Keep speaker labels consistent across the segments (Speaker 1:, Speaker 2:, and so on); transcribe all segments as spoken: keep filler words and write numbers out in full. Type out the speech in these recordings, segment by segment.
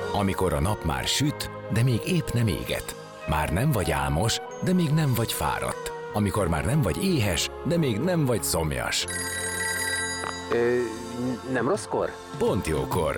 Speaker 1: Amikor a nap már süt, de még épp nem éget. Már nem vagy álmos, de még nem vagy fáradt. Amikor már nem vagy éhes, de még nem vagy szomjas.
Speaker 2: Ö, nem rosszkor?
Speaker 1: Pont jókor.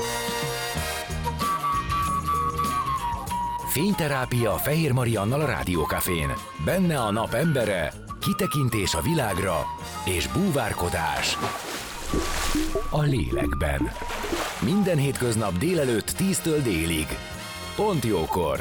Speaker 1: Fényterápia Fehér Mariannal a Rádiókafén. Benne a nap embere, kitekintés a világra és búvárkodás a lélekben. Minden hétköznap délelőtt tíztől délig. Pont jókor.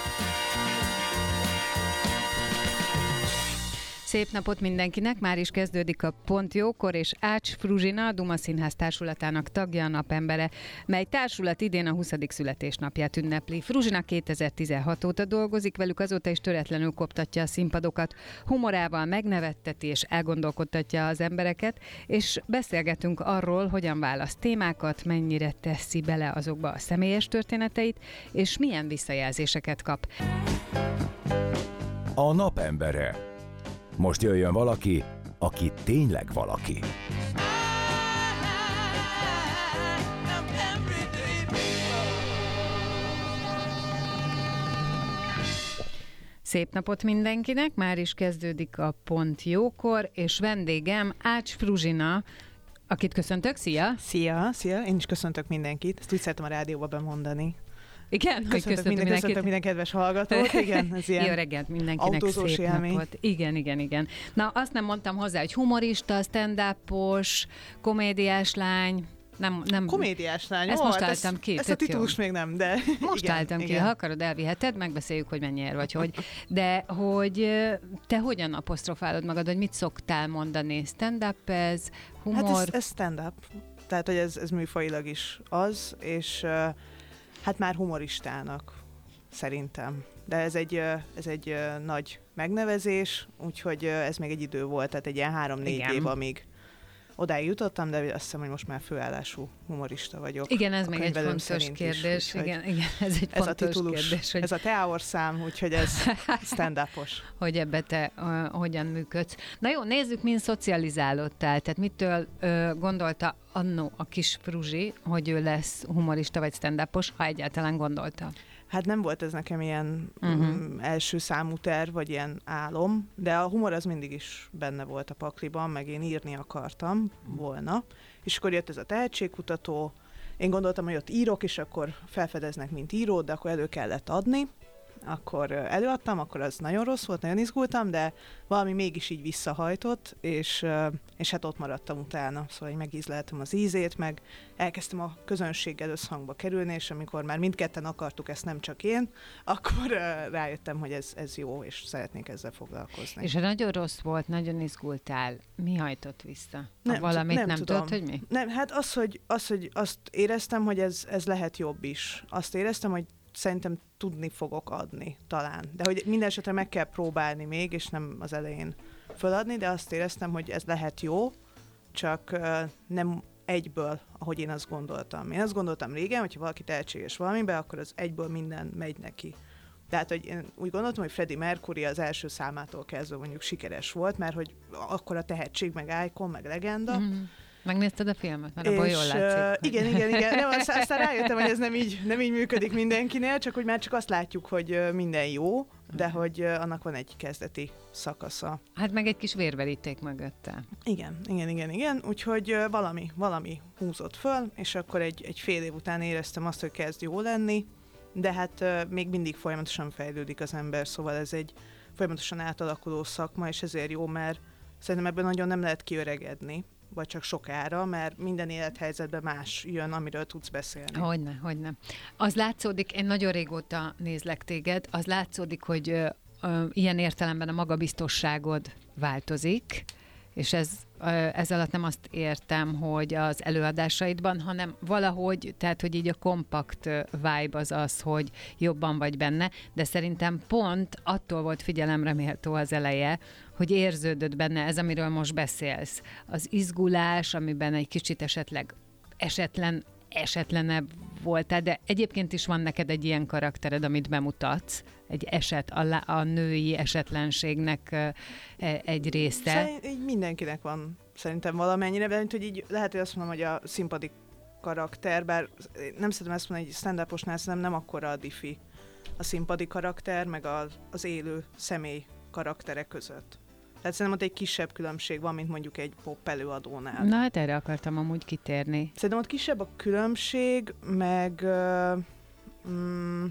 Speaker 3: Szép napot mindenkinek, már is kezdődik a Pont Jókor, és Ács Fruzsina, a Duma Színház társulatának tagja, a napembere, mely társulat idén a huszadik születésnapját ünnepli. Fruzsina kétezer-tizenhat óta dolgozik velük, azóta is töretlenül koptatja a színpadokat, humorával megnevetteti és elgondolkodtatja az embereket, és beszélgetünk arról, hogyan választ témákat, mennyire teszi bele azokba a személyes történeteit, és milyen visszajelzéseket kap.
Speaker 1: A napembere. Most jöjjön valaki, aki tényleg valaki.
Speaker 3: Szép napot mindenkinek, már is kezdődik a Pont Jókor, és vendégem Ács Fruzsina, akit köszöntök, szia!
Speaker 4: Szia, szia, én is köszöntök mindenkit, ezt úgy szeretem a rádióba bemondani.
Speaker 3: Igen,
Speaker 4: köszöntök minden, köszöntök minden kedves hallgatót, igen, ez ilyen
Speaker 3: jó reggelt mindenkinek, szép
Speaker 4: élmény.
Speaker 3: Napot. Igen, igen, igen. Na, azt nem mondtam hozzá, hogy humorista, stand-upos, komédiás lány, nem, nem.
Speaker 4: Komédiás lány,
Speaker 3: ezt
Speaker 4: ó,
Speaker 3: most
Speaker 4: hát
Speaker 3: álltam
Speaker 4: ezt,
Speaker 3: ki.
Speaker 4: Ezt a titulust még nem, de
Speaker 3: most
Speaker 4: igen,
Speaker 3: álltam
Speaker 4: igen.
Speaker 3: ki, ha akarod, elviheted, megbeszéljük, hogy mennyire vagy, hogy. De hogy te hogyan apostrofálod magad, vagy mit szoktál mondani? Stand-up ez, humor?
Speaker 4: Hát ez, ez stand-up, tehát hogy ez, ez műfajilag is az, és hát már humoristának, szerintem. De ez egy, ez egy nagy megnevezés, úgyhogy ez még egy idő volt, tehát egy ilyen három-négy év, amíg odáig jutottam, de azt hiszem, hogy most már főállású humorista vagyok.
Speaker 3: Igen, ez még egy fontos kérdés.
Speaker 4: Is,
Speaker 3: igen, igen, ez egy
Speaker 4: ez
Speaker 3: fontos
Speaker 4: a titulus,
Speaker 3: kérdés. Hogy...
Speaker 4: Ez a teávorszám, úgyhogy ez stand-upos.
Speaker 3: Hogy ebbe te uh, hogyan működsz. Na jó, nézzük, mint szocializálódtál. Tehát mitől uh, gondolta annó a kis Fruzsi, hogy ő lesz humorista vagy stand-upos, ha egyáltalán gondolta?
Speaker 4: Hát nem volt ez nekem ilyen uh-huh. mm, első számú terv, vagy ilyen álom, de a humor az mindig is benne volt a pakliban, meg én írni akartam volna. És akkor jött ez a tehetségkutató, én gondoltam, hogy ott írok, és akkor felfedeznek, mint író, de akkor elő kellett adni. Akkor előadtam, akkor az nagyon rossz volt, nagyon izgultam, de valami mégis így visszahajtott, és, és hát ott maradtam utána. Szóval így megízleltem az ízét, meg elkezdtem a közönséggel összhangba kerülni, és amikor már mindketten akartuk ezt, nem csak én, akkor rájöttem, hogy ez, ez jó, és szeretnék ezzel foglalkozni.
Speaker 3: És ha nagyon rossz volt, nagyon izgultál, mi hajtott vissza?
Speaker 4: Nem,
Speaker 3: valamit
Speaker 4: nem,
Speaker 3: nem
Speaker 4: tudom.
Speaker 3: tudod, hogy mi?
Speaker 4: Nem, hát az, hogy, az, hogy azt éreztem, hogy ez, ez lehet jobb is. Azt éreztem, hogy szerintem tudni fogok adni, talán. De hogy minden esetre meg kell próbálni még, és nem az elején föladni, de azt éreztem, hogy ez lehet jó, csak uh, nem egyből, ahogy én azt gondoltam. Én azt gondoltam régen, hogyha valaki tehetséges valamiben, akkor az egyből minden megy neki. Tehát, hogy én úgy gondoltam, hogy Freddie Mercury az első számától kezdve mondjuk sikeres volt, mert hogy akkor a tehetség, meg icon, meg legenda. Mm.
Speaker 3: Megnézted a filmet? Mert abból jól látszik.
Speaker 4: Uh, igen, igen, igen. Nem, aztán, aztán rájöttem, hogy ez nem így, nem így működik mindenkinél, csak hogy már csak azt látjuk, hogy minden jó, de hogy annak van egy kezdeti szakasza.
Speaker 3: Hát meg egy kis vérveríték mögötte.
Speaker 4: Igen, igen, igen, igen. Úgyhogy valami, valami húzott föl, és akkor egy, egy fél év után éreztem azt, hogy kezd jó lenni, de hát uh, még mindig folyamatosan fejlődik az ember, szóval ez egy folyamatosan átalakuló szakma, és ezért jó, mert szerintem ebből nagyon nem lehet kiöregedni, vagy csak sokára, mert minden élethelyzetben más jön, amiről tudsz beszélni.
Speaker 3: Hogyne, hogyne. Az látszódik, én nagyon régóta nézlek téged, az látszódik, hogy ö, ö, ilyen értelemben a magabiztosságod változik, és ez, ö, ez alatt nem azt értem, hogy az előadásaidban, hanem valahogy, tehát, hogy így a kompakt vibe az az, hogy jobban vagy benne, de szerintem pont attól volt figyelemre méltó az eleje, hogy érződött benne ez, amiről most beszélsz. Az izgulás, amiben egy kicsit esetleg esetlen, esetlenebb voltál, de egyébként is van neked egy ilyen karaktered, amit bemutatsz, egy eset, a, a női esetlenségnek egy része.
Speaker 4: Szerint, így mindenkinek van szerintem valamennyire, de hogy így lehet, hogy azt mondom, hogy a színpadi karakter, bár nem szeretem ezt mondani, hogy stand-uposnál szerintem nem akkora a diffi a színpadi karakter, meg a, az élő személy karakterek között. Tehát szerintem ott egy kisebb különbség van, mint mondjuk egy pop előadónál.
Speaker 3: Na hát erre akartam amúgy kitérni.
Speaker 4: Szerintem ott kisebb a különbség, meg uh, mm,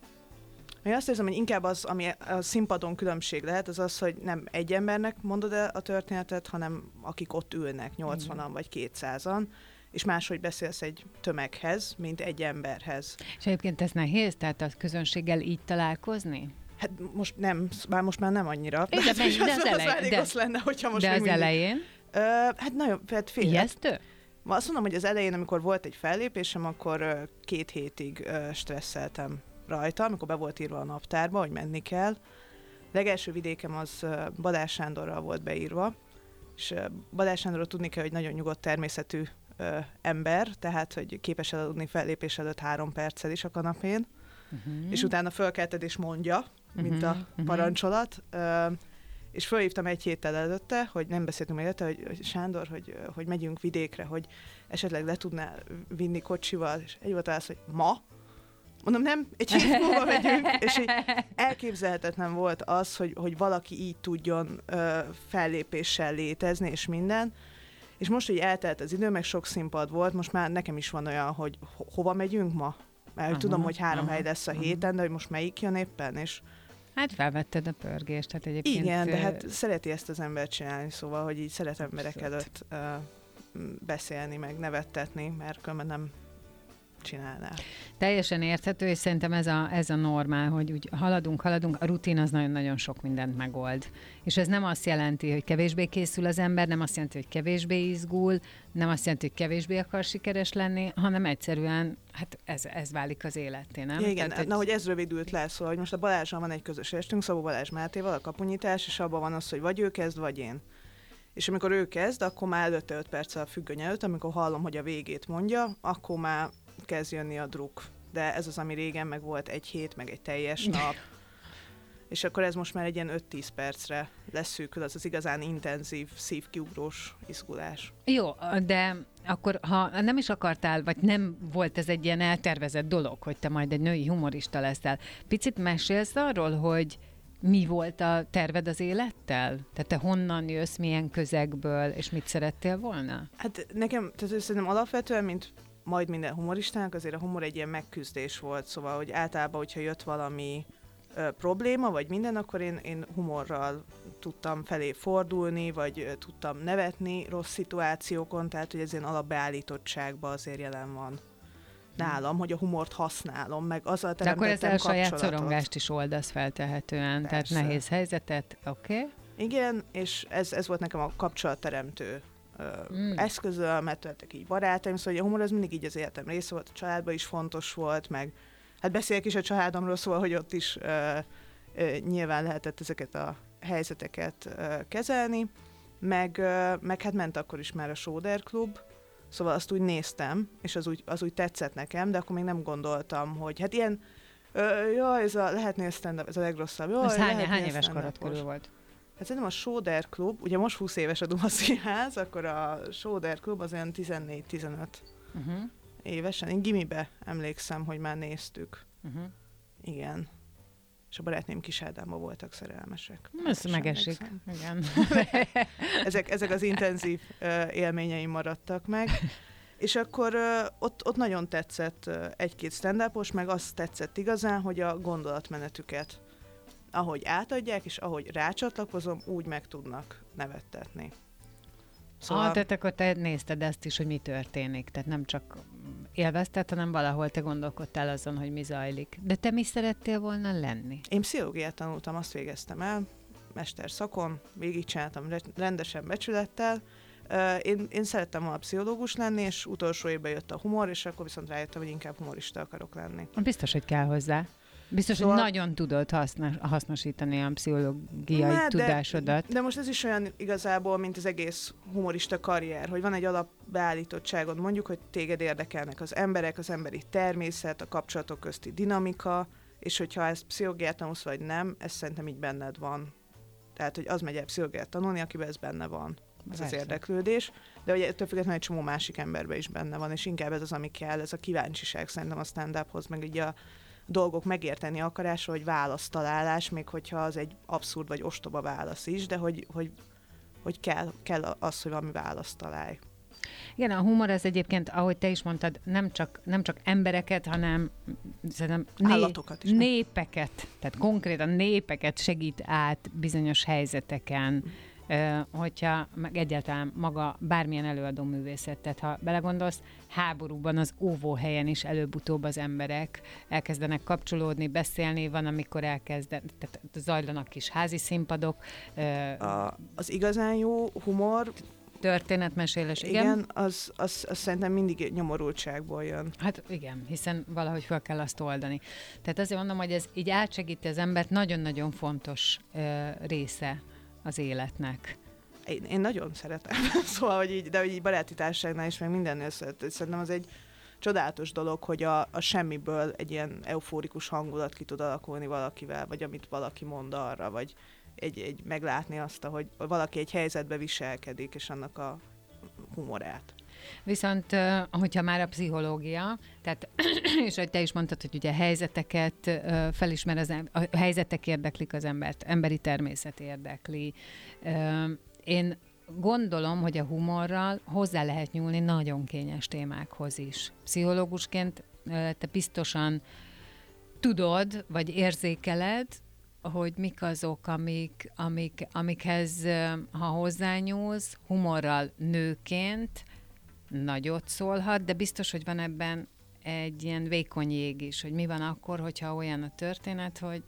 Speaker 4: még azt érzem, hogy inkább az, ami a színpadon különbség lehet, az az, hogy nem egy embernek mondod el a történetet, hanem akik ott ülnek, nyolcvanan vagy kétszázan, és máshogy beszélsz egy tömeghez, mint egy emberhez.
Speaker 3: És egyébként ez nehéz, tehát a közönséggel így találkozni?
Speaker 4: Hát most nem, már most már nem annyira.
Speaker 3: De, de,
Speaker 4: az,
Speaker 3: de az,
Speaker 4: az,
Speaker 3: elej,
Speaker 4: az elég
Speaker 3: de,
Speaker 4: rossz lenne, hogyha most
Speaker 3: de az
Speaker 4: mindig...
Speaker 3: elején?
Speaker 4: Ö, hát nagyon, hát fél.
Speaker 3: Ijesztő?
Speaker 4: Azt mondom, hogy az elején, amikor volt egy fellépésem, akkor ö, két hétig ö, stresszeltem rajta, amikor be volt írva a naptárba, hogy menni kell. Legelső vidékem az ö, Balázs Sándorral volt beírva, és ö, Balázs Sándorról tudni kell, hogy nagyon nyugodt természetű ö, ember, tehát, hogy képes elaludni fellépés előtt három perccel is a kanapén, uh-huh. és utána fölkelted és mondja, mint uh-huh. a parancsolat. Ö, és fölhívtam egy héttel előtte, hogy nem beszéltünk még előtte, hogy, hogy Sándor, hogy, hogy megyünk vidékre, hogy esetleg le tudnál vinni kocsival, és egy volt az, hogy ma? Mondom, nem, egy hét múlva megyünk, és így elképzelhetetlen volt az, hogy, hogy valaki így tudjon ö, fellépéssel létezni, és minden. És most, hogy eltelt az idő, meg sok színpad volt, most már nekem is van olyan, hogy ho- hova megyünk ma? Mert aha, tudom, hogy három aha, hely lesz a aha. héten, de hogy most melyik jön éppen, és
Speaker 3: hát felvetted a pörgést, tehát egyébként...
Speaker 4: Igen, de hát szereti ezt az ember csinálni, szóval, hogy így szeret emberek előtt uh, beszélni, meg nevettetni, mert különben nem csinálná.
Speaker 3: Teljesen érthető, és szerintem ez a, ez a normál, hogy úgy haladunk, haladunk, a rutin az nagyon-nagyon sok mindent megold. És ez nem azt jelenti, hogy kevésbé készül az ember, nem azt jelenti, hogy kevésbé izgul, nem azt jelenti, hogy kevésbé akar sikeres lenni, hanem egyszerűen, hát ez, ez válik az életé, nem?
Speaker 4: Ja, igen,
Speaker 3: Tehát,
Speaker 4: na, hogy ez rövidült le, szóval, hogy most a Balázsral van egy közös estünk, Szabó Balázs Mátéval, a kapunyítás, és abban van az, hogy vagy ő kezd, vagy én. És amikor ő kezd, akkor már előtte öt perccel a függöny előtt, amikor hallom, hogy a végét mondja, akkor már kezd jönni a druk. De ez az, ami régen meg volt egy hét, meg egy teljes nap. És akkor ez most már egy ilyen öt-tíz percre leszűkül, az az igazán intenzív, szívkiugrós izgulás.
Speaker 3: Jó, de akkor ha nem is akartál, vagy nem volt ez egy ilyen eltervezett dolog, hogy te majd egy női humorista leszel, picit mesélsz arról, hogy mi volt a terved az élettel? Tehát te honnan jössz, milyen közegből, és mit szerettél volna?
Speaker 4: Hát nekem, tehát szerintem alapvetően, mint majd minden humoristának, azért a humor egy ilyen megküzdés volt, szóval, hogy általában, hogyha jött valami ö, probléma, vagy minden, akkor én, én humorral tudtam felé fordulni, vagy ö, tudtam nevetni rossz szituációkon, tehát, hogy ez ilyen alapbeállítottságban azért jelen van nálam, hogy a humort használom, meg azzal teremtettem
Speaker 3: kapcsolatot. De akkor ezzel a
Speaker 4: kapcsolatot.
Speaker 3: saját szorongást is oldasz feltehetően, tehát nehéz helyzetet, oké? Okay.
Speaker 4: Igen, és ez, ez volt nekem a kapcsolatteremtő uh, mm. eszközöl, mert lettek így barátaim, szóval a humor az mindig így az életem része volt, a családban is fontos volt, meg hát beszélek is a családomról, szóval, hogy ott is uh, uh, nyilván lehetett ezeket a helyzeteket uh, kezelni, meg, uh, meg hát ment akkor is már a Sóder Klub, szóval azt úgy néztem, és az úgy, az úgy tetszett nekem, de akkor még nem gondoltam, hogy hát ilyen, ö, jaj, ez a, lehetnél stand-up, ez a legrosszabb. Jaj,
Speaker 3: ez hány, hány éves korod körül volt?
Speaker 4: Hát szerintem a Sóder Klub, ugye most húsz éves a Duma Színház, akkor a Sóder Klub az olyan tizennégy-tizenöt uh-huh. évesen. Én gimibe emlékszem, hogy már néztük. Uh-huh. Igen. És a barátném Kis Ádámban voltak szerelmesek.
Speaker 3: Ez megesik. Igen.
Speaker 4: ezek, ezek az intenzív uh, élményeim maradtak meg. És akkor uh, ott, ott nagyon tetszett uh, egy-két stand-upos, meg azt tetszett igazán, hogy a gondolatmenetüket, ahogy átadják, és ahogy rácsatlakozom, úgy meg tudnak nevettetni.
Speaker 3: Szóval... Ah, tehát akkor te nézted ezt is, hogy mi történik. Tehát nem csak élvezted, hanem valahol te gondolkodtál azon, hogy mi zajlik. De te mi szerettél volna lenni?
Speaker 4: Én pszichológiát tanultam, azt végeztem el, mesterszakon, végigcsináltam rendesen becsülettel. Én, én szerettem volna pszichológus lenni, és utolsó évben jött a humor, és akkor viszont rájöttem, hogy inkább humorista akarok lenni.
Speaker 3: Biztos, hogy kell hozzá. Biztos, szóval... hogy nagyon tudod hasznos, hasznosítani a pszichológiai Na, tudásodat.
Speaker 4: De, de most ez is olyan igazából, mint az egész humorista karrier, hogy van egy alapbeállítottságod, mondjuk, hogy téged érdekelnek az emberek, az emberi természet, a kapcsolatok közti dinamika, és hogyha ezt pszichológiát tanulsz, vagy nem, ez szerintem így benned van. Tehát, hogy az megy el pszichológiát tanulni, akiben ez benne van. ez
Speaker 3: Persze.
Speaker 4: az érdeklődés, de ugye ettől függetlenül egy csomó másik emberben is benne van, és inkább ez az, ami kell, ez a kíváncsiság szerintem a stand-uphoz, meg így a dolgok megérteni akarása, hogy választalálás, még hogyha az egy abszurd vagy ostoba válasz is, de hogy, hogy, hogy kell, kell az, hogy valami választ találj.
Speaker 3: Igen, a humor az egyébként, ahogy te is mondtad, nem csak, nem csak embereket, hanem szerintem né-
Speaker 4: állatokat is. Nem?
Speaker 3: népeket, tehát konkrétan népeket segít át bizonyos helyzeteken, ö, hogyha meg egyáltalán maga bármilyen előadó művészet. Tehát ha belegondolsz, háborúban az óvóhelyen is előbb-utóbb az emberek elkezdenek kapcsolódni, beszélni, van, amikor elkezdenek, tehát zajlanak kis házi színpadok. Ö,
Speaker 4: A, az igazán jó humor,
Speaker 3: Történetmesélés, igen.
Speaker 4: igen, az, az, az szerintem mindig nyomorultságból jön.
Speaker 3: Hát igen, hiszen valahogy fel kell azt oldani. Tehát azért mondom, hogy ez így átsegíti az embert, nagyon-nagyon fontos ö, része az életnek.
Speaker 4: Én, én nagyon szeretem, szóval, hogy így, de hogy így baráti társaságnál is, meg mindennél szerintem az egy csodálatos dolog, hogy a, a semmiből egy ilyen eufórikus hangulat ki tud alakulni valakivel, vagy amit valaki mond arra, vagy egy, egy meglátni azt, hogy valaki egy helyzetbe viselkedik, és annak a humorát.
Speaker 3: Viszont, hogyha már a pszichológia, tehát, és hogy te is mondtad, hogy ugye helyzeteket felismer az em- a helyzetek érdeklik az embert, emberi természet érdekli. Én gondolom, hogy a humorral hozzá lehet nyúlni nagyon kényes témákhoz is. Pszichológusként te biztosan tudod, vagy érzékeled, hogy mik azok, amik, amik, amikhez, ha hozzányúlsz, humorral nőként nagyot szólhat, de biztos, hogy van ebben egy ilyen vékony jég is, hogy mi van akkor, hogyha olyan a történet, hogy...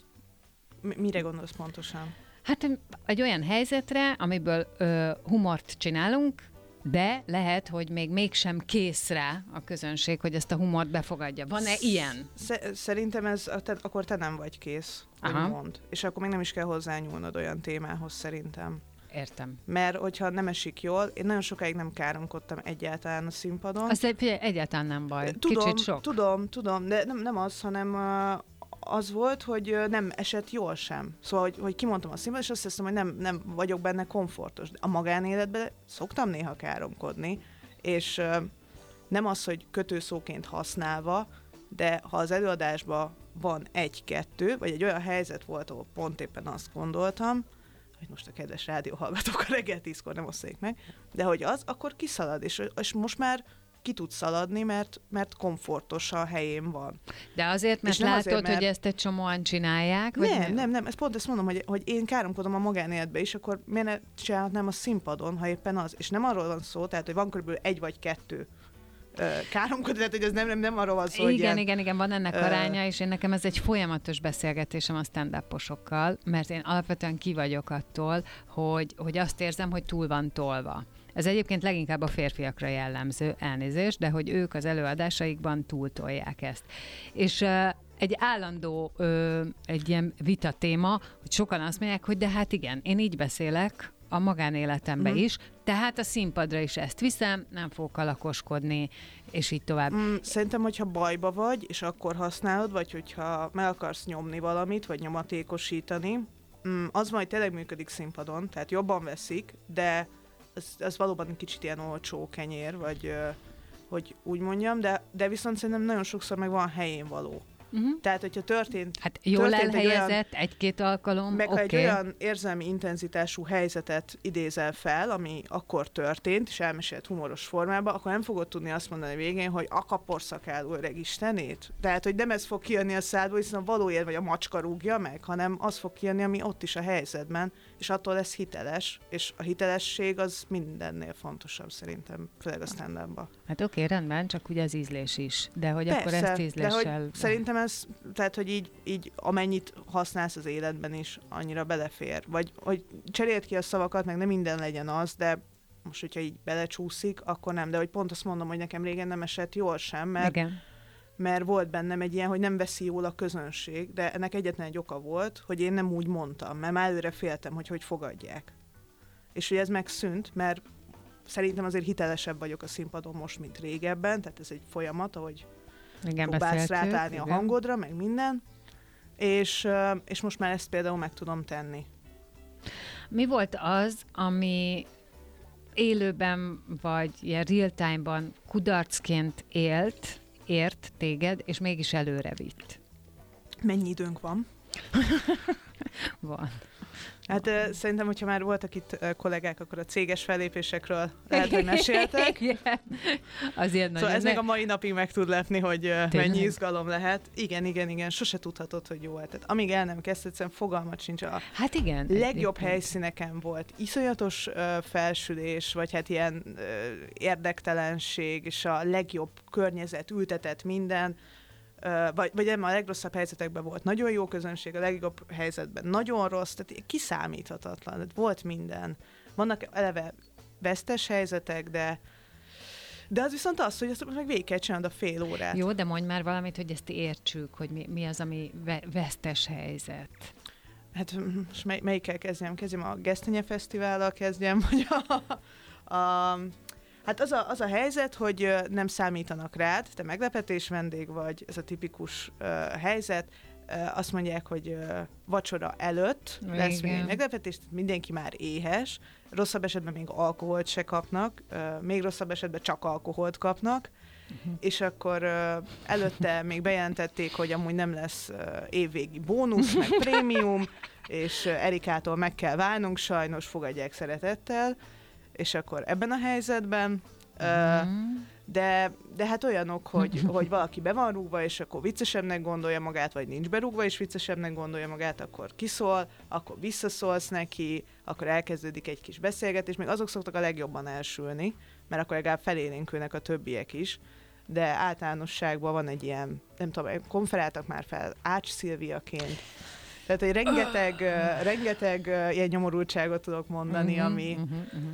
Speaker 4: M- mire gondolsz pontosan?
Speaker 3: Hát egy olyan helyzetre, amiből ö, humort csinálunk, de lehet, hogy még mégsem kész rá a közönség, hogy ezt a humort befogadja. Van-e ilyen?
Speaker 4: Sz- szerintem ez, te, akkor te nem vagy kész, hogy mond. És akkor még nem is kell hozzányúlnod olyan témához szerintem.
Speaker 3: Értem.
Speaker 4: Mert hogyha nem esik jól, én nagyon sokáig nem káromkodtam egyáltalán a színpadon.
Speaker 3: Azt figyelj, egyáltalán nem baj.
Speaker 4: Tudom,
Speaker 3: Kicsit sok.
Speaker 4: tudom, tudom, de nem, nem az, hanem uh, az volt, hogy uh, nem esett jól sem. Szóval, hogy, hogy kimondtam a színpadon, és azt hiszem, hogy nem, nem vagyok benne komfortos. A magánéletben szoktam néha káromkodni, és uh, nem az, hogy kötőszóként használva, de ha az előadásban van egy-kettő, vagy egy olyan helyzet volt, ahol pont éppen azt gondoltam, hogy most a kedves rádióhallgatók a reggel tízkor nem osztják meg, de hogy az, akkor kiszalad, és, és most már ki tud szaladni, mert, mert komfortos a helyén van.
Speaker 3: De azért, mert
Speaker 4: nem
Speaker 3: látod,
Speaker 4: azért, mert...
Speaker 3: hogy ezt egy csomóan csinálják?
Speaker 4: Nem,
Speaker 3: vagy
Speaker 4: nem, nem, ezt pont ezt mondom, hogy, hogy én káromkodom a magánéletbe is, akkor miért ne csinálhatnám a színpadon, ha éppen az. És nem arról van szó, tehát, hogy van körülbelül egy vagy kettő káromkodó, tehát hogy ez nem, nem, nem arról van szó,
Speaker 3: igen,
Speaker 4: hogy ilyen,
Speaker 3: igen, igen, van ennek aránya, és én nekem ez egy folyamatos beszélgetésem a stand-uposokkal, mert én alapvetően ki vagyok attól, hogy, hogy azt érzem, hogy túl van tolva. Ez egyébként leginkább a férfiakra jellemző, elnézés, de hogy ők az előadásaikban túltolják ezt. És uh, egy állandó, uh, egy ilyen vita téma, hogy sokan azt mondják, hogy de hát igen, én így beszélek a magánéletemben mm. is, tehát a színpadra is ezt viszem, nem fogok alakoskodni, és így tovább.
Speaker 4: Mm, szerintem, hogyha bajba vagy, és akkor használod, vagy hogyha meg akarsz nyomni valamit, vagy nyomatékosítani, mm, az majd tényleg működik színpadon, tehát jobban veszik, de ez, ez valóban egy kicsit ilyen olcsó kenyér, vagy ö, hogy úgy mondjam, de, de viszont szerintem nagyon sokszor meg van helyén való. Uh-huh. Tehát, hogyha történt...
Speaker 3: Hát jól
Speaker 4: történt
Speaker 3: elhelyezett, egy olyan, egy-két alkalom,
Speaker 4: meg
Speaker 3: oké.
Speaker 4: ha egy olyan érzelmi intenzitású helyzetet idézel fel, ami akkor történt, és elmesélt humoros formában, akkor nem fogod tudni azt mondani végén, hogy a kaporszakáló öreg istenét. Tehát, hogy nem ez fog kijönni a szádból, hiszen a valóért vagy a macska rúgja meg, hanem az fog kijönni, ami ott is a helyzetben, és attól lesz hiteles, és a hitelesség az mindennél fontosabb szerintem, főleg a stand-upban.
Speaker 3: Hát oké, rendben, csak ugye az ízlés is. De hogy
Speaker 4: Persze,
Speaker 3: akkor ezt ízléssel...
Speaker 4: de hogy szerintem ez, tehát, hogy így, így amennyit használsz az életben is, annyira belefér. Vagy hogy cseréld ki a szavakat, meg nem minden legyen az, de most, hogyha így belecsúszik, akkor nem. De hogy pont azt mondom, hogy nekem régen nem esett jól sem, mert,
Speaker 3: Igen.
Speaker 4: mert volt bennem egy ilyen, hogy nem veszi jól a közönség, de ennek egyetlen egy oka volt, hogy én nem úgy mondtam, mert már előre féltem, hogy hogy fogadják. És hogy ez megszűnt, mert szerintem azért hitelesebb vagyok a színpadon most, mint régebben, tehát ez egy folyamat, ahogy
Speaker 3: Igen,
Speaker 4: próbálsz rátállni
Speaker 3: igen.
Speaker 4: a hangodra, meg minden, és, és most már ezt például meg tudom tenni.
Speaker 3: Mi volt az, ami élőben vagy ilyen real-time-ban kudarcként élt, ért téged, és mégis előre vitt?
Speaker 4: Mennyi időnk van?
Speaker 3: Van.
Speaker 4: Hát uh, szerintem, hogyha már voltak itt uh, kollégák, akkor a céges fellépésekről lehet, hogy meséltek.
Speaker 3: Igen. Azért
Speaker 4: Szóval
Speaker 3: nagyon
Speaker 4: ez
Speaker 3: ne...
Speaker 4: még a mai napig meg tud lepni, hogy uh, mennyi izgalom lehet. Igen, igen, igen, sose tudhatod, hogy jó. Tehát amíg el nem kezdted, egyszerűen fogalmat sincs. A
Speaker 3: Hát igen.
Speaker 4: legjobb helyszíneken volt iszonyatos uh, felsülés, vagy hát ilyen uh, érdektelenség, és a legjobb környezet, ültetett minden. Uh, vagy, vagy nem, a legrosszabb helyzetekben volt nagyon jó közönség, a legjobb helyzetben nagyon rossz, tehát kiszámíthatatlan, tehát volt minden. Vannak eleve vesztes helyzetek, de de az viszont az, hogy ezt meg végig kell csinálni a fél órát.
Speaker 3: Jó, de mondj már valamit, hogy ezt értsük, hogy mi, mi az, ami ve- vesztes helyzet.
Speaker 4: Hát most mely, melyikkel kezdjem? Kezdjem a Gesztenye Fesztivállal kezdjem, vagy a... a Hát az a, az a helyzet, hogy nem számítanak rád, te meglepetés vendég vagy, ez a tipikus uh, helyzet, uh, azt mondják, hogy uh, vacsora előtt lesz még egy meglepetés, mindenki már éhes, rosszabb esetben még alkoholt se kapnak, uh, még rosszabb esetben csak alkoholt kapnak, uh-huh. és akkor uh, előtte még bejelentették, hogy amúgy nem lesz uh, évvégi bónusz, meg prémium, és uh, Erikától meg kell válnunk, sajnos fogadják szeretettel, és akkor ebben a helyzetben, uh, de, de hát olyanok, hogy, hogy valaki be van rúgva, és akkor viccesebbnek gondolja magát, vagy nincs berúgva, és viccesebbnek gondolja magát, akkor kiszól, akkor visszaszólsz neki, akkor elkezdődik egy kis beszélgetés, még azok szoktak a legjobban elsülni, mert akkor legalább felélénkülnek a többiek is, de általánosságban van egy ilyen, nem tudom, konferáltak már fel Ács Szilviaként, tehát egy rengeteg, uh, rengeteg uh, ilyen nyomorultságot tudok mondani, uh-huh, ami uh-huh, uh-huh.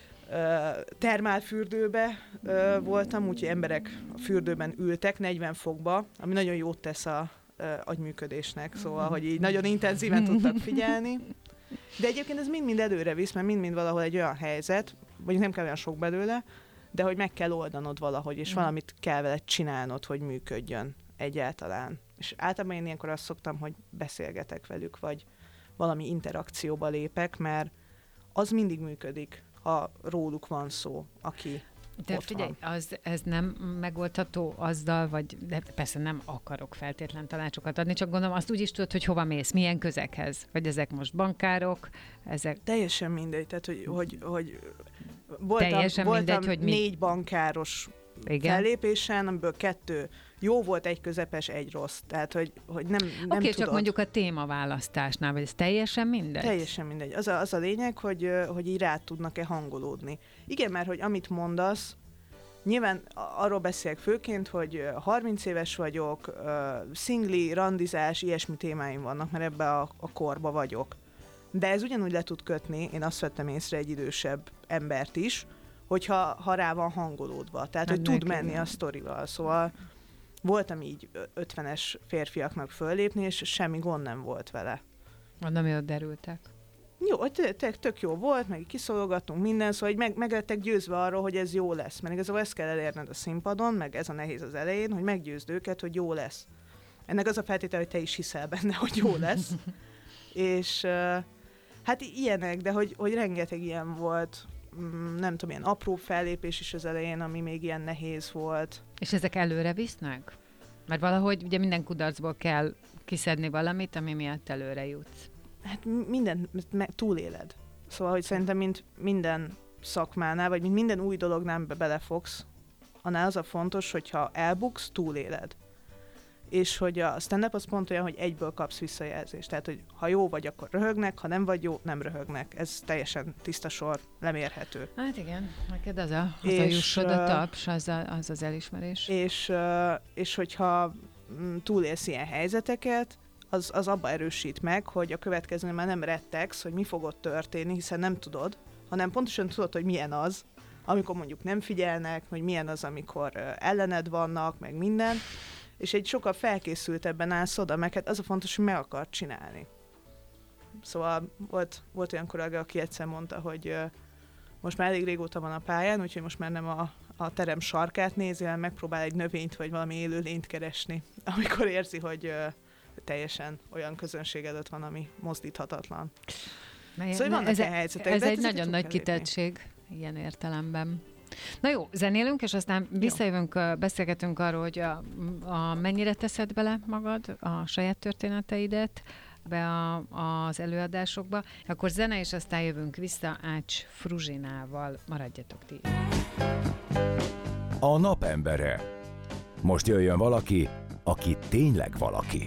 Speaker 4: Uh, termálfürdőbe uh, voltam, úgyhogy emberek a fürdőben ültek negyven fokba, ami nagyon jót tesz a uh, agyműködésnek, szóval, hogy így nagyon intenzíven tudtak figyelni. De egyébként ez mind-mind előre visz, mert mind-mind valahol egy olyan helyzet, vagy nem kell olyan sok belőle, de hogy meg kell oldanod valahogy, és valamit kell vele csinálnod, hogy működjön egyáltalán. És általában én ilyenkor azt szoktam, hogy beszélgetek velük, vagy valami interakcióba lépek, mert az mindig működik, ha róluk van szó, aki
Speaker 3: de
Speaker 4: ott
Speaker 3: figyelj,
Speaker 4: van.
Speaker 3: az, ez nem megoldható azzal, vagy de persze nem akarok feltétlen tanácsokat adni, csak gondolom azt úgy is tudod, hogy hova mész, milyen közekhez. Vagy ezek most bankárok, ezek...
Speaker 4: Teljesen mindegy, tehát hogy, hogy, hogy voltam,
Speaker 3: Teljesen
Speaker 4: voltam
Speaker 3: mindegy, hogy mi...
Speaker 4: négy bankáros igen. fellépésen, amiből kettő jó volt, egy közepes, egy rossz. Tehát, hogy, hogy nem, nem
Speaker 3: Oké,
Speaker 4: tudod.
Speaker 3: csak mondjuk a témaválasztásnál, vagy ez teljesen mindegy?
Speaker 4: Teljesen mindegy. Az a, az a lényeg, hogy, hogy így rá tudnak-e hangolódni. Igen, mert hogy amit mondasz, nyilván arról beszélek főként, hogy harminc éves vagyok, szingli, randizás, ilyesmi témáim vannak, mert ebbe a, a korba vagyok. De ez ugyanúgy le tud kötni, én azt vettem észre egy idősebb embert is, hogyha ha rá van hangolódva. Tehát, hogy tud menni a sztorival. Szóval voltam így ötvenes férfiaknak föllépni, és semmi gond nem volt vele.
Speaker 3: Mondom, hogy ott derültek.
Speaker 4: Jó, tök, tök jó volt, meg kiszólogattunk minden, szóval így meg, meg lettek győzve arról, hogy ez jó lesz. Mert igazából ezt kell elérned a színpadon, meg ez a nehéz az elején, hogy meggyőzd őket, hogy jó lesz. Ennek az a feltétel, hogy te is hiszel benne, hogy jó lesz. És uh, hát ilyenek, de hogy, hogy rengeteg ilyen volt, nem tudom, ilyen apró fellépés is az elején, ami még ilyen nehéz volt.
Speaker 3: És ezek előre visznek? Mert valahogy ugye minden kudarcból kell kiszedni valamit, ami miatt előre jutsz.
Speaker 4: Hát minden túléled. Szóval, hogy szerintem mint minden szakmánál, vagy mint minden új dolognál be belefogsz, annál az a fontos, hogyha elbuksz, túléled. És hogy a stand-up az pont olyan, hogy egyből kapsz visszajelzést. Tehát, hogy ha jó vagy, akkor röhögnek, ha nem vagy jó, nem röhögnek. Ez teljesen tiszta sor, lemérhető.
Speaker 3: Hát igen, neked az a, az a jussod a taps, az, a, az az elismerés.
Speaker 4: És, és hogyha túlélsz ilyen helyzeteket, az, az abba erősít meg, hogy a következőn már nem rettegsz, hogy mi fog ott történni, hiszen nem tudod, hanem pontosan tudod, hogy milyen az, amikor mondjuk nem figyelnek, hogy milyen az, amikor ellened vannak, meg minden, és egy sokkal felkészültebben állsz oda, meg hát az a fontos, hogy meg akar csinálni. Szóval volt, volt olyan kollega, aki egyszer mondta, hogy uh, most már elég régóta van a pályán, úgyhogy most már nem a, a terem sarkát nézi, hanem megpróbál egy növényt vagy valami élő lényt keresni, amikor érzi, hogy uh, teljesen olyan közönség előtt van, ami mozdíthatatlan.
Speaker 3: Ne,
Speaker 4: szóval
Speaker 3: ne,
Speaker 4: vannak
Speaker 3: ez,
Speaker 4: ilyen helyzetek.
Speaker 3: ez egy nagyon nagy kitettség. ilyen értelemben. Na jó, zenélünk, és aztán visszajövünk, beszélgetünk arról, hogy a, a mennyire teszed bele magad, a saját történeteidet be a, az előadásokba. Akkor zene, és aztán jövünk vissza Ács Fruzsinával. Maradjatok ti.
Speaker 1: A napembere. Most jöjjön valaki, aki tényleg valaki.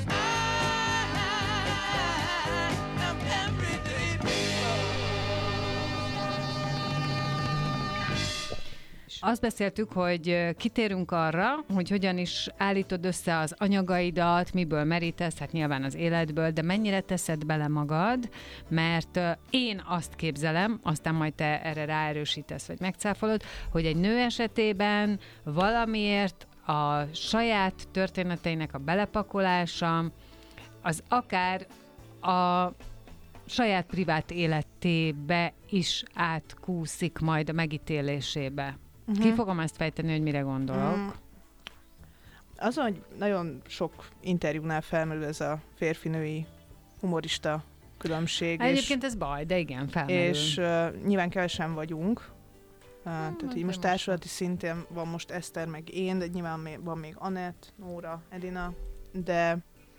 Speaker 3: Azt beszéltük, hogy kitérünk arra, hogy hogyan is állítod össze az anyagaidat, miből merítesz, hát nyilván az életből, de mennyire teszed bele magad, mert én azt képzelem, aztán majd te erre ráerősítesz, vagy megcáfolod, hogy egy nő esetében valamiért a saját történeteinek a belepakolása, az akár a saját privát életébe is átkúszik majd a megítélésébe. Uh-huh. Ki fogom ezt fejteni, hogy mire gondolok? Mm.
Speaker 4: Azon, hogy nagyon sok interjúnál felmerül ez a férfi-női humorista különbség.
Speaker 3: Hát egyébként ez baj, de igen, felmerül.
Speaker 4: És uh, nyilván kevesen vagyunk. Uh, hmm, tehát így most társulati szintén van most Eszter meg én, de nyilván még, van még Anett, Nóra, Edina, de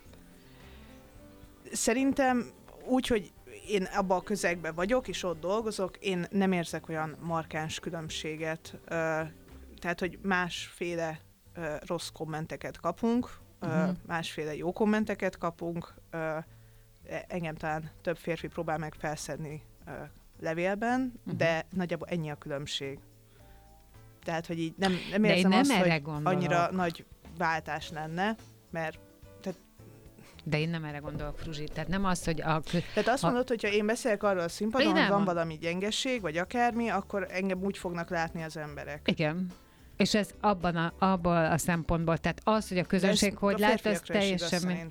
Speaker 4: szerintem úgy, hogy én abban a közegben vagyok, és ott dolgozok, én nem érzek olyan markáns különbséget. Tehát, hogy másféle rossz kommenteket kapunk, uh-huh. másféle jó kommenteket kapunk. Engem talán több férfi próbál meg felszedni levélben, uh-huh. de nagyjából ennyi a különbség. Tehát, hogy így nem, nem érzem
Speaker 3: nem
Speaker 4: azt, hogy
Speaker 3: gondolok.
Speaker 4: Annyira nagy váltás lenne, mert
Speaker 3: De én nem erre gondolok, Fruzsi. Tehát nem az, hogy a...
Speaker 4: Tehát azt
Speaker 3: ha...
Speaker 4: mondod, hogyha én beszélek arról a színpadon, hogy van valami gyengesség, vagy akármi, akkor engem úgy fognak látni az emberek.
Speaker 3: Igen. És ez abban a, abban a szempontból, tehát az, hogy a közönség hogy lát, ez teljesen...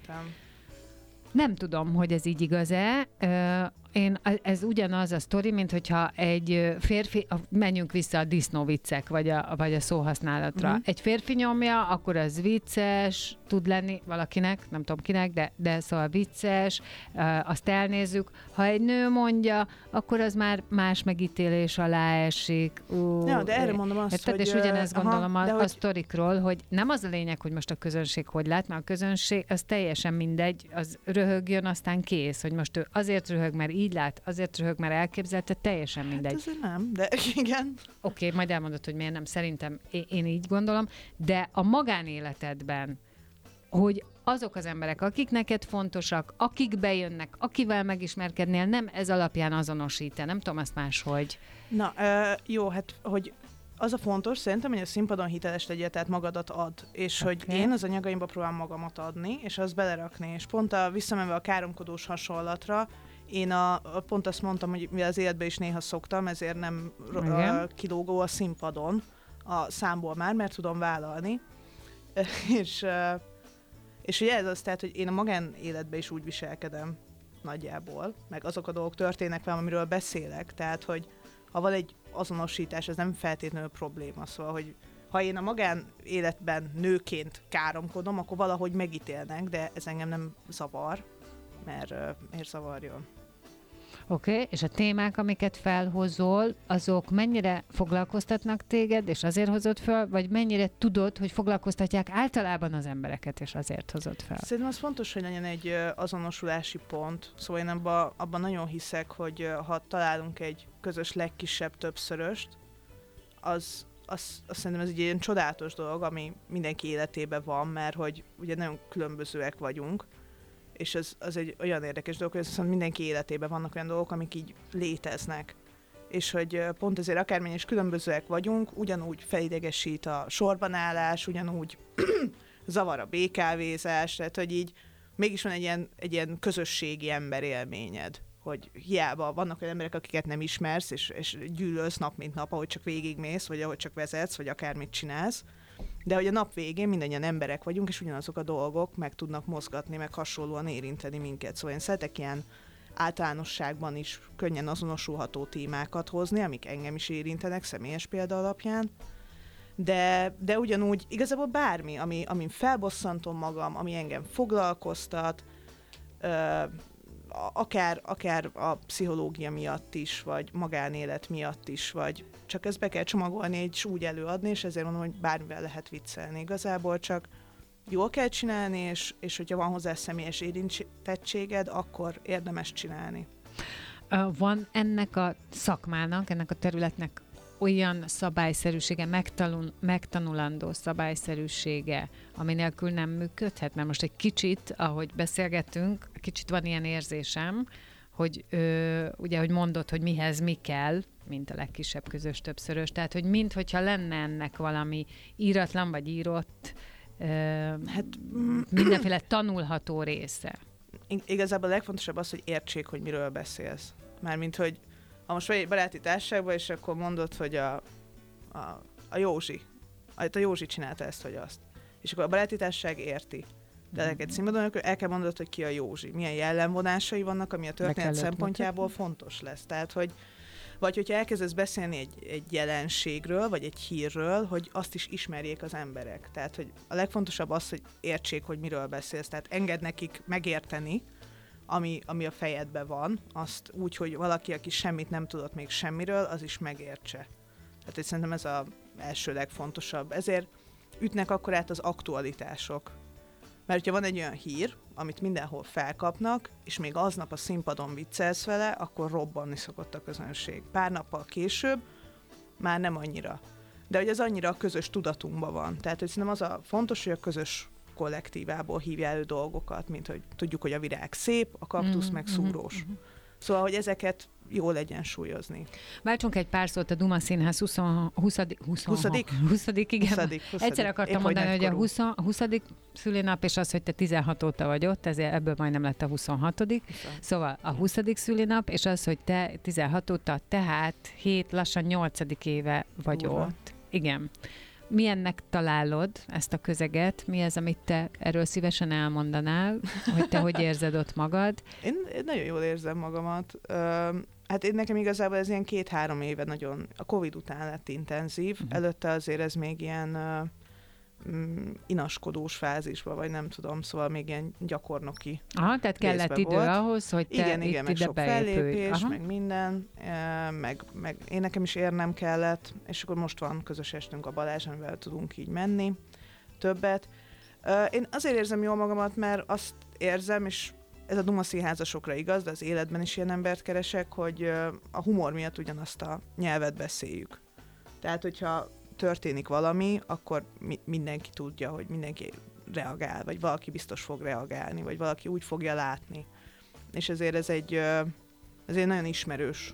Speaker 3: Nem tudom, hogy ez így igaz-e. Én, ez ugyanaz a sztori, mint hogyha egy férfi, menjünk vissza a disznóviccek, vagy a, vagy a szóhasználatra. Uh-huh. Egy férfi nyomja, akkor az vicces, tud lenni valakinek, nem tudom kinek, de, de szóval vicces, azt elnézzük. Ha egy nő mondja, akkor az már más megítélés alá esik. Uh,
Speaker 4: ja, de erre mondom azt,
Speaker 3: érted?
Speaker 4: hogy...
Speaker 3: És ugyanezt
Speaker 4: aha,
Speaker 3: gondolom a,
Speaker 4: hogy...
Speaker 3: a sztorikról, hogy nem az a lényeg, hogy most a közönség hogy lát, mert a közönség, az teljesen mindegy, az röhögjön, aztán kész, hogy most ő azért röhög, mert így lát, azért röhög, mert elképzelte, teljesen mindegy.
Speaker 4: Hát azért nem, de igen.
Speaker 3: Oké, okay, majd elmondod, hogy miért nem. Szerintem én, én így gondolom, de a magánéletedben, hogy azok az emberek, akik neked fontosak, akik bejönnek, akivel megismerkednél, nem ez alapján azonosít-e, nem tudom azt máshogy.
Speaker 4: Na, ö, jó, hát, hogy az a fontos, szerintem, hogy a színpadon hiteles legyél, tehát magadat ad, és okay. hogy én az anyagaimba próbálom magamat adni, és azt belerakni, és pont a, visszamenve a káromkodós hasonlatra, én a, a, pont azt mondtam, hogy mivel az életben is néha szoktam, ezért nem a, kilógó a színpadon a számból már, mert tudom vállalni, és, és ugye ez az, tehát, hogy én a magánéletben is úgy viselkedem nagyjából, meg azok a dolgok történnek velem, amiről beszélek, tehát, hogy ha van egy azonosítás, ez nem feltétlenül probléma, szóval, hogy ha én a magánéletben nőként káromkodom, akkor valahogy megítélnek, de ez engem nem zavar, mert uh, miért zavarjon.
Speaker 3: Oké, okay, és a témák, amiket felhozol, azok mennyire foglalkoztatnak téged, és azért hozod fel, vagy mennyire tudod, hogy foglalkoztatják általában az embereket, és azért hozod fel?
Speaker 4: Szerintem az fontos, hogy legyen egy uh, azonosulási pont. Szóval én abban abba nagyon hiszek, hogy uh, ha találunk egy közös legkisebb többszöröst, az, az, az szerintem ez egy ilyen csodálatos dolog, ami mindenki életében van, mert hogy ugye nagyon különbözőek vagyunk, és az, az egy olyan érdekes dolog, hogy azt mindenki életében vannak olyan dolgok, amik így léteznek. És hogy pont ezért akármilyen is különbözőek vagyunk, ugyanúgy felidegesít a sorbanállás, ugyanúgy zavar a békávézás, tehát hogy így mégis van egy ilyen, egy ilyen közösségi emberélményed, hogy hiába vannak olyan emberek, akiket nem ismersz, és, és gyűlölsz nap mint nap, ahogy csak végigmész, vagy ahogy csak vezetsz, vagy akármit csinálsz, de hogy a nap végén mindannyian emberek vagyunk, és ugyanazok a dolgok meg tudnak mozgatni, meg hasonlóan érinteni minket. Szóval én szeretek ilyen általánosságban is könnyen azonosulható témákat hozni, amik engem is érintenek személyes példa alapján, de, de ugyanúgy igazából bármi, ami, amin felbosszantom magam, ami engem foglalkoztat, ö, akár, akár a pszichológia miatt is, vagy magánélet miatt is, vagy csak ezt be kell csomagolni és úgy előadni, és ezért mondom, hogy bármivel lehet viccelni. Igazából csak jól kell csinálni, és, és hogyha van hozzá személyes érintettséged, akkor érdemes csinálni.
Speaker 3: Van ennek a szakmának, ennek a területnek olyan szabályszerűsége, megtanul, megtanulandó szabályszerűsége, ami nélkül nem működhet? Mert most egy kicsit, ahogy beszélgettünk, kicsit van ilyen érzésem, hogy ö, ugye, hogy mondod, hogy mihez mi kell, mint a legkisebb közös többszörös, tehát, hogy minthogyha lenne ennek valami íratlan vagy írott, ö, hát mindenféle tanulható része.
Speaker 4: Igazából a legfontosabb az, hogy értsék, hogy miről beszélsz. Mármint, hogy ha most vagy egy baráti társaságban, és akkor mondod, hogy a, a, a Józsi, a Józsi csinálta ezt, vagy azt. És akkor a baráti társaság érti. De mm-hmm. egy színpadon, akkor el kell mondanod, hogy ki a Józsi. Milyen jellemvonásai vannak, ami a történet szempontjából mutatni. Fontos lesz. Tehát, hogy vagy hogyha elkezdesz beszélni egy, egy jelenségről, vagy egy hírről, hogy azt is ismerjék az emberek. Tehát, hogy a legfontosabb az, hogy értsék, hogy miről beszélsz. Tehát engedd nekik megérteni, ami, ami a fejedben van, azt úgy, hogy valaki, aki semmit nem tudott még semmiről, az is megértse. Hát, hogy szerintem ez az első legfontosabb. Ezért ütnek akkor át az aktualitások. Mert hogyha van egy olyan hír, amit mindenhol felkapnak, és még aznap a színpadon viccelsz vele, akkor robbanni szokott a közönség. Pár nappal később már nem annyira. De hogy ez annyira a közös tudatunkban van. Tehát, hogy szerintem az a fontos, hogy a közös kollektívából hívja elő dolgokat, mint hogy tudjuk, hogy a virág szép, a kaktusz mm, meg szúrós. Mm, mm. Szóval, hogy ezeket jól egyensúlyozni.
Speaker 3: Váltsunk egy pár szót a Duma Színház huszadik, huszadik, huszadik, huszadik, igen. huszadik, huszadik. Egyszer akartam Épp mondani, hogy a huszadik szülinap, és az, hogy te tizenhat óta vagy ott, ezért ebből majdnem lett a huszonhatodik Szóval a huszadik szülinap, és az, hogy te tizenhat óta, tehát hét, lassan nyolcadik éve vagy Ura. Ott. Igen. Milyennek találod ezt a közeget? Mi az, amit te erről szívesen elmondanál? Hogy te hogy érzed ott magad?
Speaker 4: Én, én nagyon jól érzem magamat. Uh, hát én nekem igazából ez ilyen két-három éve nagyon, a Covid után lett intenzív. Uh-huh. Előtte azért ez még ilyen uh, um, inaskodós fázisban, vagy nem tudom, szóval még ilyen gyakornoki.
Speaker 3: Aha, tehát kellett idő volt. Ahhoz, hogy te
Speaker 4: igen,
Speaker 3: itt
Speaker 4: igen, meg
Speaker 3: ide
Speaker 4: sok
Speaker 3: beépülj.
Speaker 4: fellépés,
Speaker 3: Aha.
Speaker 4: meg minden, uh, meg, meg én nekem is érnem kellett, és akkor most van közös estünk a Balázs, amivel tudunk így menni többet. Uh, én azért érzem jól magamat, mert azt érzem, és ez a Duma színházasokra igaz, de az életben is ilyen embert keresek, hogy uh, a humor miatt ugyanazt a nyelvet beszéljük. Tehát, hogyha történik valami, akkor mi, mindenki tudja, hogy mindenki reagál, vagy valaki biztos fog reagálni, vagy valaki úgy fogja látni. És ezért ez egy, ez egy nagyon ismerős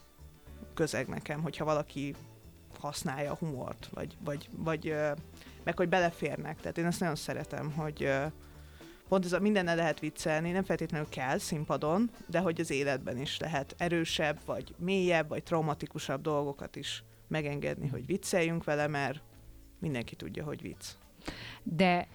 Speaker 4: közeg nekem, hogyha valaki használja a humort, vagy, vagy, vagy meg hogy beleférnek. Tehát én ezt nagyon szeretem, hogy pont ez a mindennel lehet viccelni, nem feltétlenül kell színpadon, de hogy az életben is lehet erősebb, vagy mélyebb, vagy traumatikusabb dolgokat is megengedni, hogy vicceljünk vele, mert mindenki tudja, hogy vicc.
Speaker 3: De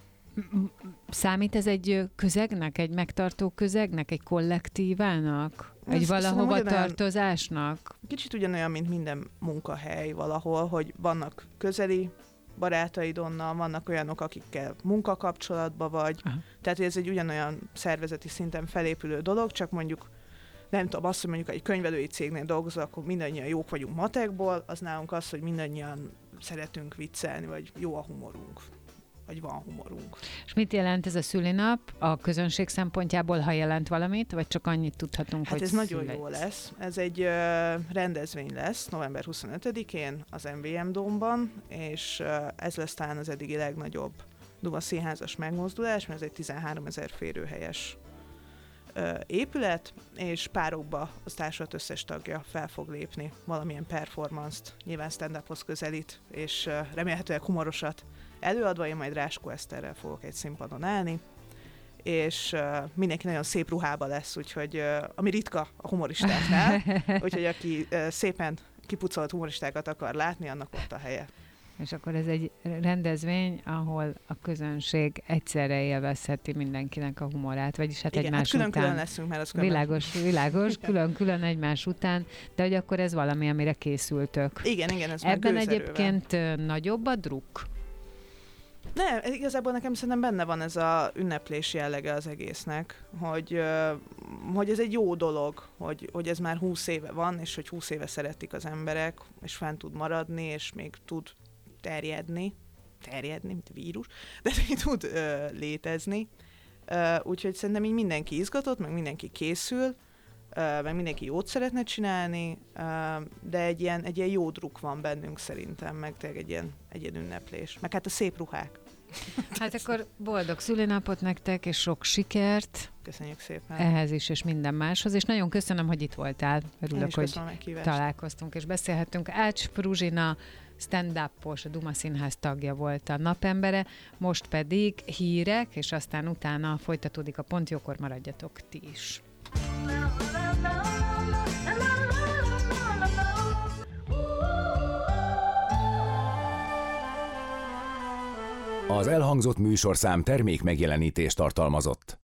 Speaker 3: számít ez egy közegnek, egy megtartó közegnek, egy kollektívának? Egy ezt valahova ugyanolyan, tartozásnak?
Speaker 4: Kicsit ugyanolyan, mint minden munkahely valahol, hogy vannak közeli barátaid onnan, vannak olyanok, akikkel munkakapcsolatban vagy. Aha. Tehát ez egy ugyanolyan szervezeti szinten felépülő dolog, csak mondjuk nem tudom, azt, hogy mondjuk egy könyvelői cégnél dolgozol, akkor mindannyian jók vagyunk matekból, az nálunk az, hogy mindannyian szeretünk viccelni, vagy jó a humorunk, vagy van humorunk.
Speaker 3: És mit jelent ez a szülinap a közönség szempontjából, ha jelent valamit, vagy csak annyit tudhatunk,
Speaker 4: hát
Speaker 3: hogy
Speaker 4: ez nagyon
Speaker 3: születsz.
Speaker 4: jó lesz. Ez egy uh, rendezvény lesz november huszonötödikén az em vé em Dómban, és uh, ez lesz talán az eddigi legnagyobb Duma színházas megmozdulás, mert ez egy tizenháromezer férőhelyes épület, és párokba az társulat összes tagja fel fog lépni valamilyen performance-t, nyilván stand-uphoz közelít, és remélhetőleg humorosat előadva, én majd Ráskó Eszterrel fogok egy színpadon állni, és mindenki nagyon szép ruhába lesz, úgyhogy ami ritka a humoristáknál, úgyhogy aki szépen kipucolt humoristákat akar látni, annak ott a helye.
Speaker 3: És akkor ez egy rendezvény, ahol a közönség egyszerre élvezheti mindenkinek a humorát, vagyis hát
Speaker 4: igen,
Speaker 3: egymás
Speaker 4: hát külön,
Speaker 3: után.
Speaker 4: külön leszünk, mert az
Speaker 3: világos, világos, külön-külön egymás után, de hogy akkor ez valami, amire készültök.
Speaker 4: Igen, igen, ez
Speaker 3: ebben
Speaker 4: már
Speaker 3: egyébként nagyobb a druk?
Speaker 4: Nem, igazából nekem szerintem benne van ez a ünneplés jellege az egésznek, hogy, ö, hogy ez egy jó dolog, hogy, hogy ez már húsz éve van, és hogy húsz éve szeretik az emberek, és fenn tud maradni, és még tud terjedni, terjedni, mint a vírus, de még tud ö, létezni. Ö, úgyhogy szerintem így mindenki izgatott, meg mindenki készül, ö, meg mindenki jót szeretne csinálni, ö, de egy ilyen, egy ilyen jó druk van bennünk szerintem, meg tényleg egy ilyen, egy ilyen ünneplés. Meg hát a szép ruhák.
Speaker 3: Hát akkor boldog szülinapot nektek, és sok sikert
Speaker 4: Köszönjük szépen.
Speaker 3: ehhez is, és minden máshoz, és nagyon köszönöm, hogy itt voltál.
Speaker 4: Én
Speaker 3: Örülök,
Speaker 4: is
Speaker 3: hogy
Speaker 4: köszönöm a meghívást.
Speaker 3: találkoztunk, és beszélhettünk. Ács Fruzsina stand-upos, a Duma Színház tagja volt a napembere, most pedig hírek, és aztán utána folytatódik a Pont Jókor, maradjatok ti is.
Speaker 1: Az elhangzott műsorszám termék megjelenítést tartalmazott.